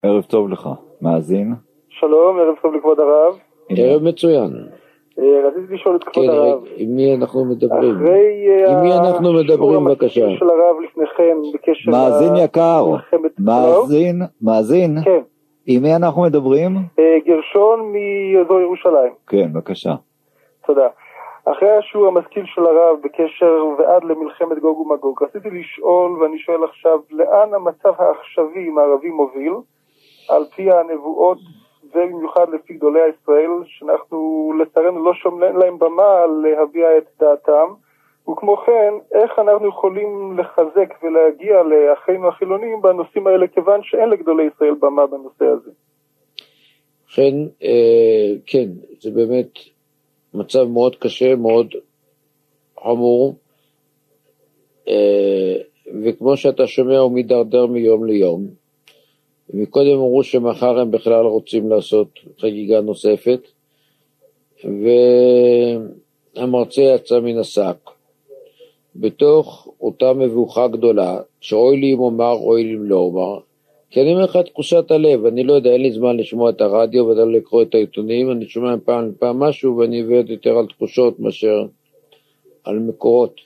ערב טוב לך, מאזין. שלום, ערב טוב לכבוד הרב. ערב מצוין. רציתי לשאול את כבוד הרב. עם מי אנחנו מדברים? עם מי אנחנו מדברים בבקשה? של הרב לפניכם בקשר מאזין יקר, מאזין. כן. עם מי אנחנו מדברים? גרשון מאזור ירושלים. כן, בבקשה. תודה. אחרי השיעור המשכיל של הרב בקשר ועד למלחמת גוג ומגוג, רציתי לשאול ואני שואל עכשיו, לאן המצב העכשווי מערבי מוביל, על פי הנבואות ובמיוחד לפי גדולי ישראל, שאנחנו לצערנו לא שומעים להם במה להביע את דעתם, וכמו כן, איך אנחנו יכולים לחזק ולהגיע לאחינו החילונים בנושאים האלה, כיוון שאין לגדולי ישראל במה בנושא הזה. כן, זה באמת מצב מאוד קשה, מאוד חמור, וכמו שאתה שומע הוא מדרדר מיום ליום. מקודם אמרו שמחר הם בכלל רוצים לעשות חגיגה נוספת, והמרצה יצא מן השק בתוך אותה מבוכה גדולה, שאוי לי אם אומר אוי לי אם לא אומר, כי אני אומר לך את תחושת הלב. אני לא יודע, אין לי זמן לשמוע את הרדיו ואתה לא לקרוא את העיתונים, אני שומע פעם משהו ואני עובד יותר על תחושות מאשר על מקורות,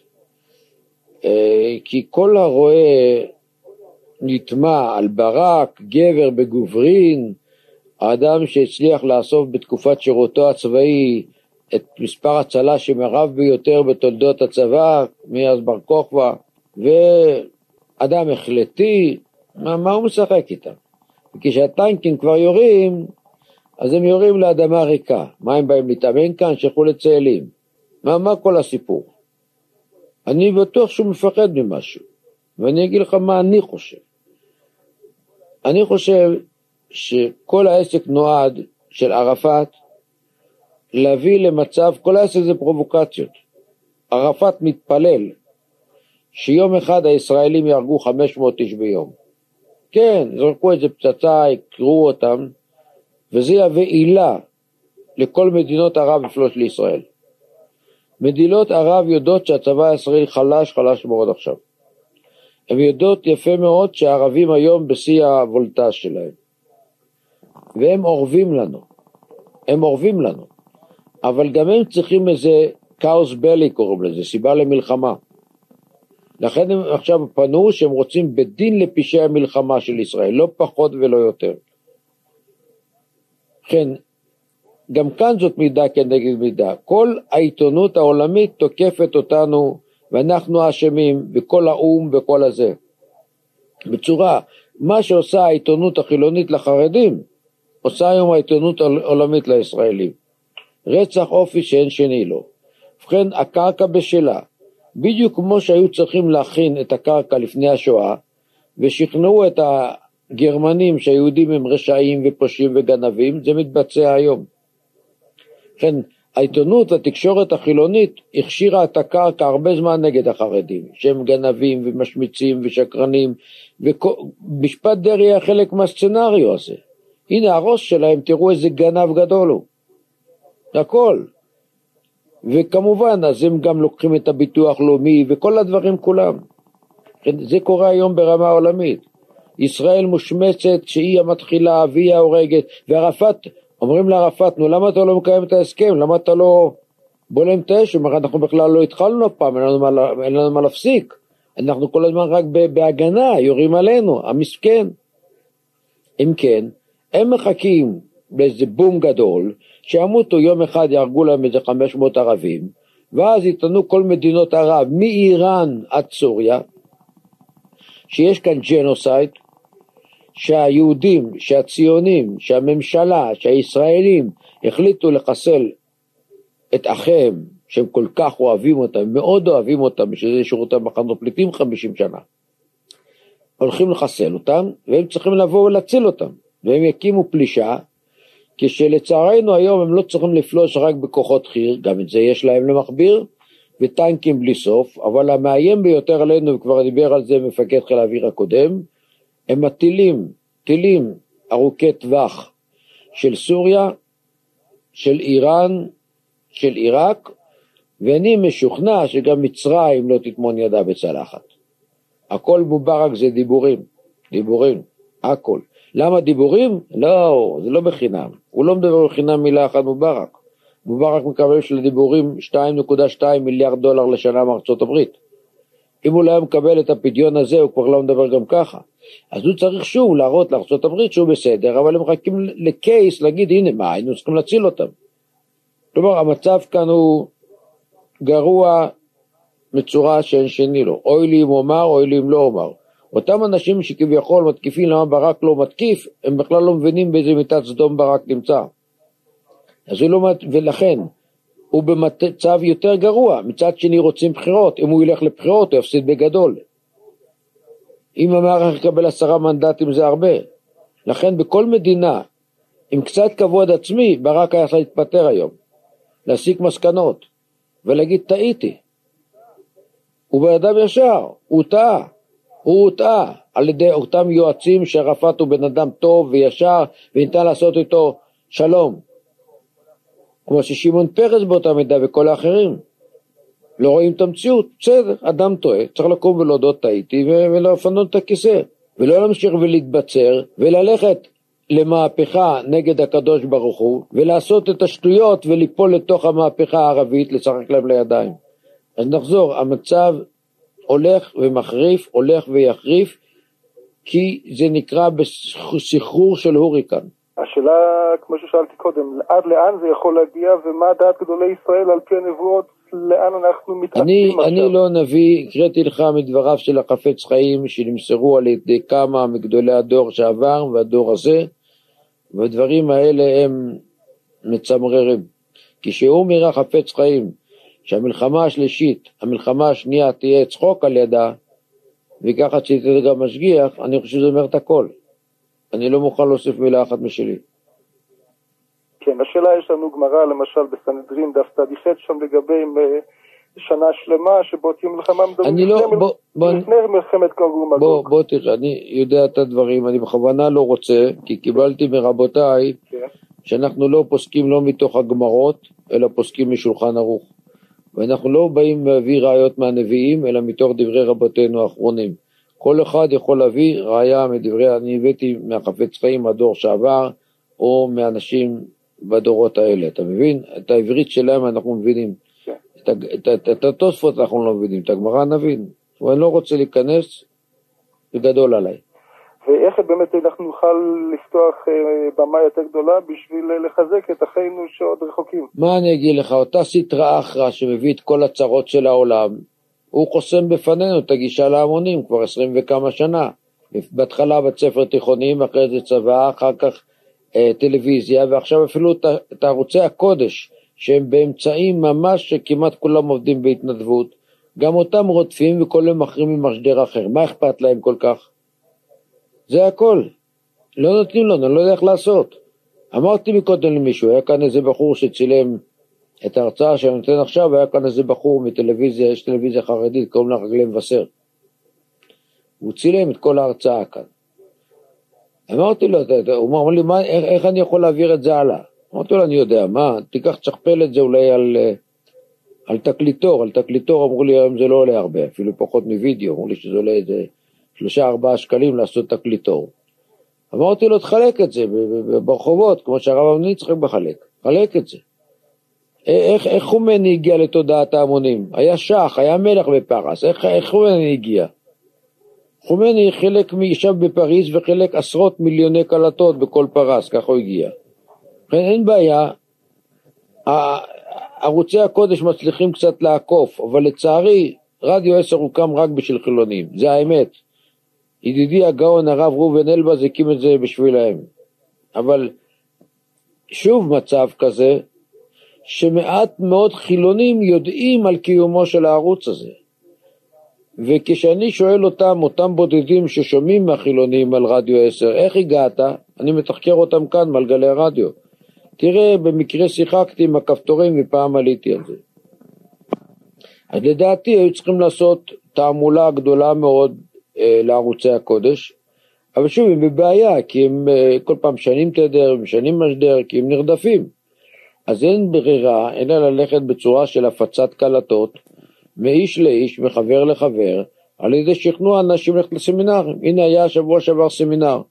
כי כל הרואה נטמע על ברק, גבר בגוברין, האדם שהצליח לאסוף בתקופת שירותו הצבאי את מספר הצלה שמרב ביותר בתולדות הצבא, מאז בר כוכבא, ואדם החלטי, מה הוא משחק איתם? וכשהטנקים כבר יורים, אז הם יורים לאדמה ריקה. מה הם באים להתאמן כאן? שלחו לצאלים. מה כל הסיפור? אני בטוח שהוא מפחד ממשהו, ואני אגיד לך מה אני חושב. אני חושב שכל העסק נועד של ערפאת להביא למצב, כל העסק זה פרובוקציות. ערפאת מתפלל שיום אחד הישראלים יהרגו 500 איש ביום. כן, זרקו איזה פצצה, יקראו אותם, וזה יביא עילה לכל מדינות ערב לפלוש לישראל. מדינות ערב יודעות שהצבא הישראלי חלש מאוד עכשיו. הן יודעות יפה מאוד שהערבים היום בשיא הוולטה שלהם. והם עורבים לנו. אבל גם הם צריכים איזה כאוס בלי קוראים לזה, סיבה למלחמה. לכן הם עכשיו פנו שהם רוצים בדין לפשעי המלחמה של ישראל, לא פחות ולא יותר. כן, גם כאן זאת מידה כנגד מידה. כל העיתונות העולמית תוקפת אותנו, ואנחנו אשמים בכל האום וכל הזה. בצורה, מה שעושה העיתונות החילונית לחרדים, עושה היום העיתונות העולמית לישראלים. רצח אופי שאין שני לו. ובכן, הקרקע בשלה. בדיוק כמו שהיו צריכים להכין את הקרקע לפני השואה, ושכנעו את הגרמנים שהיהודים הם רשעים ופושעים וגנבים, זה מתבצע היום. ובכן, העיתונות, התקשורת החילונית, הכשירה את הקרקע הרבה זמן נגד החרדים, שהם גנבים ומשמיצים ושקרנים, ומשפט דרעי היה חלק מהסצנריו הזה. הנה הראש שלהם, תראו איזה גנב גדול הוא. הכל. וכמובן, אז הם גם לוקחים את הביטוח לאומי וכל הדברים כולם. זה קורה היום ברמה העולמית. ישראל מושמצת שהיא המתחילה והיא ההורגת, וערפאת, אומרים לערפאת, נו למה אתה לא מקיים את ההסכם? למה אתה לא בולם את האש? אנחנו בכלל לא התחלנו פעם, אין לנו מה להפסיק. אנחנו כל הזמן רק בהגנה, יורים עלינו, המסכן. אם כן, הם מחכים באיזה בום גדול, שימותו יום אחד יהרגו להם איזה 500 ערבים, ואז יתנו כל מדינות ערב, מאיראן עד סוריה, שיש כאן ג'נוסייד, שהיהודים, שהציונים, שהממשלה, שהישראלים החליטו לחסל את אחיהם, שהם כל כך אוהבים אותם, מאוד אוהבים אותם, שזה שירות המחנות פליטים 50 שנה. הולכים לחסל אותם, והם צריכים לבוא ולהציל אותם, והם יקימו פלישה, כשלצערנו היום הם לא צריכים לפלוש רק בכוחות חי"ר, גם את זה יש להם למכביר, וטנקים בלי סוף, אבל המאיים ביותר עלינו, וכבר דיבר על זה מפקד חיל האוויר הקודם, הם טילים ארוכי טווח של סוריה, של איראן, של עיראק, ואני משוכנע שגם מצרים לא תטמון ידה בצלחת. הכל מובארק זה דיבורים, הכל. למה דיבורים? לא, זה לא בחינם. הוא לא מדבר בחינם מילה אחת מובארק. מובארק מקבל של דיבורים 2.2 מיליארד דולר לשנה מארצות הברית. אם הוא לא היה מקבל את הפדיון הזה, הוא כבר לא מדבר גם ככה. אז הוא צריך שוב להראות לארצות הברית שהוא בסדר, אבל הם מחכים לקייס להגיד, הנה מה, היינו צריכים להציל אותם. כלומר, המצב כאן הוא גרוע מצורה שאין שני לו. אוי לי אם אומר, אוי לי אם לא אומר. אותם אנשים שכביכול מתקיפים למה ברק לא מתקיף, הם בכלל לא מבינים באיזה מיטת סדום ברק נמצא. אז הוא לא, ולכן, הוא במצב יותר גרוע. מצד שני רוצים בחירות. אם הוא ילך לבחירות, הוא יפסיד בגדול. אם המערך יקבל 10 מנדטים זה הרבה. לכן בכל מדינה, עם קצת כבוד עצמי, ברק היה להתפטר היום. להסיק מסקנות. ולהגיד, טעיתי. הוא באדם ישר, הוא טעה. הוא הוטעה על ידי אותם יועצים שערפאת הוא בן אדם טוב וישר, וניתן לעשות איתו שלום. כמו ששימון פרס באותה מידה וכל האחרים. לא רואים את המציאות, בסדר, אדם טועה, צריך לקום ולהודות טעיתי ולפנות את הכיסא. ולא להמשיך ולהתבצר וללכת למהפכה נגד הקדוש ברוך הוא, ולעשות את השטויות וליפול לתוך המהפכה הערבית, לשחק להם לידיים. אז נחזור, המצב הולך ומחריף, הולך ויחריף, כי זה נקרא בסחרור של הוריקן. השאלה, כמו ששאלתי קודם, עד לאן זה יכול להגיע, ומה דעת גדולי ישראל על פי הנבואות, לאן אנחנו מתעצים עכשיו? אני לא נביא, הקראתי לך מדבריו של החפץ חיים, שנמסרו על ידי כמה מגדולי הדור שעבר, והדור הזה, והדברים האלה הם מצמררים. כשהוא אומר החפץ חיים, שהמלחמה השלישית, המלחמה השנייה תהיה צחוק על ידה, וככה צייתת גם משגיח, אני חושב שזה אומר את הכל. אני לא מוכן להוסיף מילה אחת משלי. כן, השאלה יש לנו גמרא, למשל בסנהדרין, דף צדיח שם לגבי שנה שלמה, שבו תהיה מלחמה לפני מלחמת גוג ומגוג. בוא תראה, אני יודע את הדברים, אני בכוונה לא רוצה, כי קיבלתי מרבותיי, שאנחנו לא פוסקים לא מתוך הגמרות, אלא פוסקים משולחן ערוך. ואנחנו לא באים להביא ראיות מהנביאים, אלא מתוך דברי רבותינו האחרונים. כל אחד יכול להביא ראיה מדברי, אני הבאתי מהחפץ חיים הדור שעבר, או מאנשים בדורות האלה. אתה מבין? את העברית שלהם אנחנו מבינים. את התוספות אנחנו לא מבינים, את הגמרא נבין. ואני לא רוצה להיכנס, זה גדול עליי. ואיך באמת אנחנו נוכל לפתוח במה יותר גדולה בשביל לחזק את אחינו שעוד רחוקים? מה אני אגיד לך, אותה סטרא אחרא שמביא את כל הצרות של העולם, הוא חוסם בפנינו את הגישה להמונים כבר 20 וכמה שנה. בהתחלה בית ספר תיכונים, אחרי זה צבא, אחר כך טלוויזיה, ועכשיו אפילו את ערוצי הקודש, שהם באמצעים ממש שכמעט כולם עובדים בהתנדבות, גם אותם רודפים וכל הם מחרימים משדר אחר. מה אכפת להם כל כך? זה הכל. לא נותנים לנו, אני לא יודע איך לעשות. אמרתי מקודם למישהו, היה כאן איזה בחור שצילם את ההרצאה שאני נותן עכשיו, היה כאן איזה בחור מטלוויזיה, יש טלוויזיה חרדית, קוראים לה רגלי מבשר. הוא צילם את כל ההרצאה כאן. אמרתי לו, הוא אמר לי, איך אני יכול להעביר את זה הלאה? אמרתי לו, אני יודע, מה, תיקח תשכפל את זה אולי על תקליטור, אמרו לי, היום זה לא עולה הרבה, אפילו פחות מווידאו, אמרו לי שזה עולה איזה 3-4 שקלים לעשות תקליטור. אמרתי לו, תחלק את זה ברחובות, כמו שהרב אבני צריך בחלק, חלק את זה. איך חומני הגיע לתודעת ההמונים? היה שח, היה מלך בפרס, איך חומני הגיע? חומני חלק מישב בפריז וחלק עשרות מיליוני קלטות בכל פרס, ככה הוא הגיע. אין בעיה, ערוצי הקודש מצליחים קצת לעקוף, אבל לצערי רדיו 10 הוקם רק בשביל חילונים, זה האמת. ידידי הגאון הרב ראובן אלבז הקים את זה בשבילהם. אבל שוב מצב כזה, שמעט מאוד חילונים יודעים על קיומו של הערוץ הזה. וכשאני שואל אותם בודדים ששומעים מהחילונים על רדיו 10, איך הגעת? אני מתחקר אותם כאן מלגלי הרדיו. תראה, במקרה שיחקתי עם הכפתורים ופעם עליתי על זה. אז לדעתי היו צריכים לעשות תעמולה גדולה מאוד לערוצי הקודש, אבל שוב הם בבעיה, כי הם כל פעם שנים תדר, משנים משדר, כי הם נרדפים. אז אין ברירה, אלא ללכת בצורה של הפצת קלטות, מאיש לאיש, מחבר לחבר, על ידי שכנוע אנשים ללכת לסמינרים. הנה היה שבוע שעבר סמינר,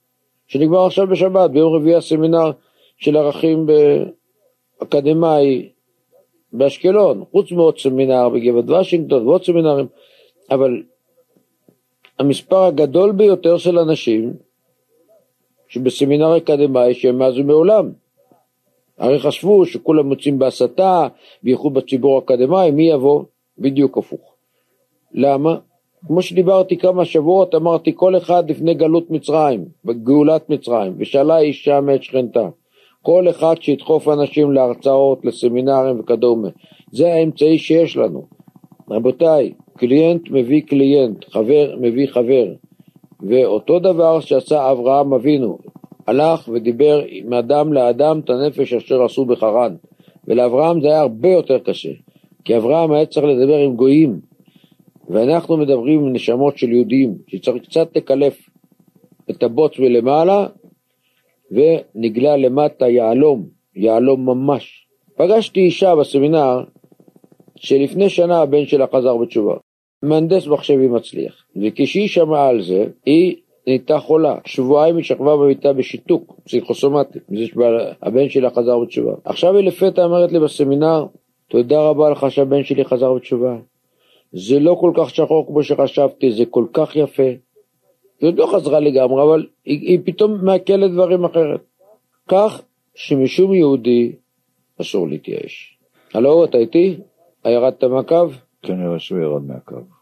שנגמר עכשיו בשבת, ביום רביעי הסמינר של ערכים באקדמאי באשקלון, חוץ מעוד סמינר בגבעת וושינגטון ועוד סמינרים, אבל המספר הגדול ביותר של אנשים שבסמינר אקדמאי שהם מאז ומעולם, הרי חשבו שכולם מוצאים בהסתה, בייחוד בציבור האקדמאי, מי יבוא? בדיוק הפוך. למה? כמו שדיברתי כמה שבועות, אמרתי כל אחד לפני גלות מצרים, בגאולת מצרים, ושאלה אישה מאת שכנתה, כל אחד שידחוף אנשים להרצאות, לסמינרים וכדומה, זה האמצעי שיש לנו. רבותיי, קליינט מביא קליינט, חבר מביא חבר, ואותו דבר שעשה אברהם אבינו, הלך ודיבר מאדם לאדם את הנפש אשר עשו בחרן, ולאברהם זה היה הרבה יותר קשה, כי אברהם היה צריך לדבר עם גויים, ואנחנו מדברים עם נשמות של יהודים, שצריך קצת לקלף את הבוץ ולמעלה, ונגלה למטה יעלום, יעלום ממש. פגשתי אישה בסמינר, שלפני שנה הבן שלה חזר בתשובה, מהנדס מחשבים מצליח, וכשהיא שמעה על זה, היא נהייתה חולה, שבועיים היא שכבה במיטה בשיתוק, פסיכוסומטי, מזה שהבן שלה חזר בתשובה. עכשיו היא לפתע אמרת לי בסמינר, תודה רבה לך שהבן שלי חזר בתשובה. זה לא כל כך שחור כמו שחשבתי, זה כל כך יפה. זה לא חזרה לגמרי, אבל היא פתאום מעכלת דברים אחרת. כך שמשום יהודי אסור להתייאש. הלו, אתה איתי? ירדת מהקו? כנראה שהוא ירד מהקו.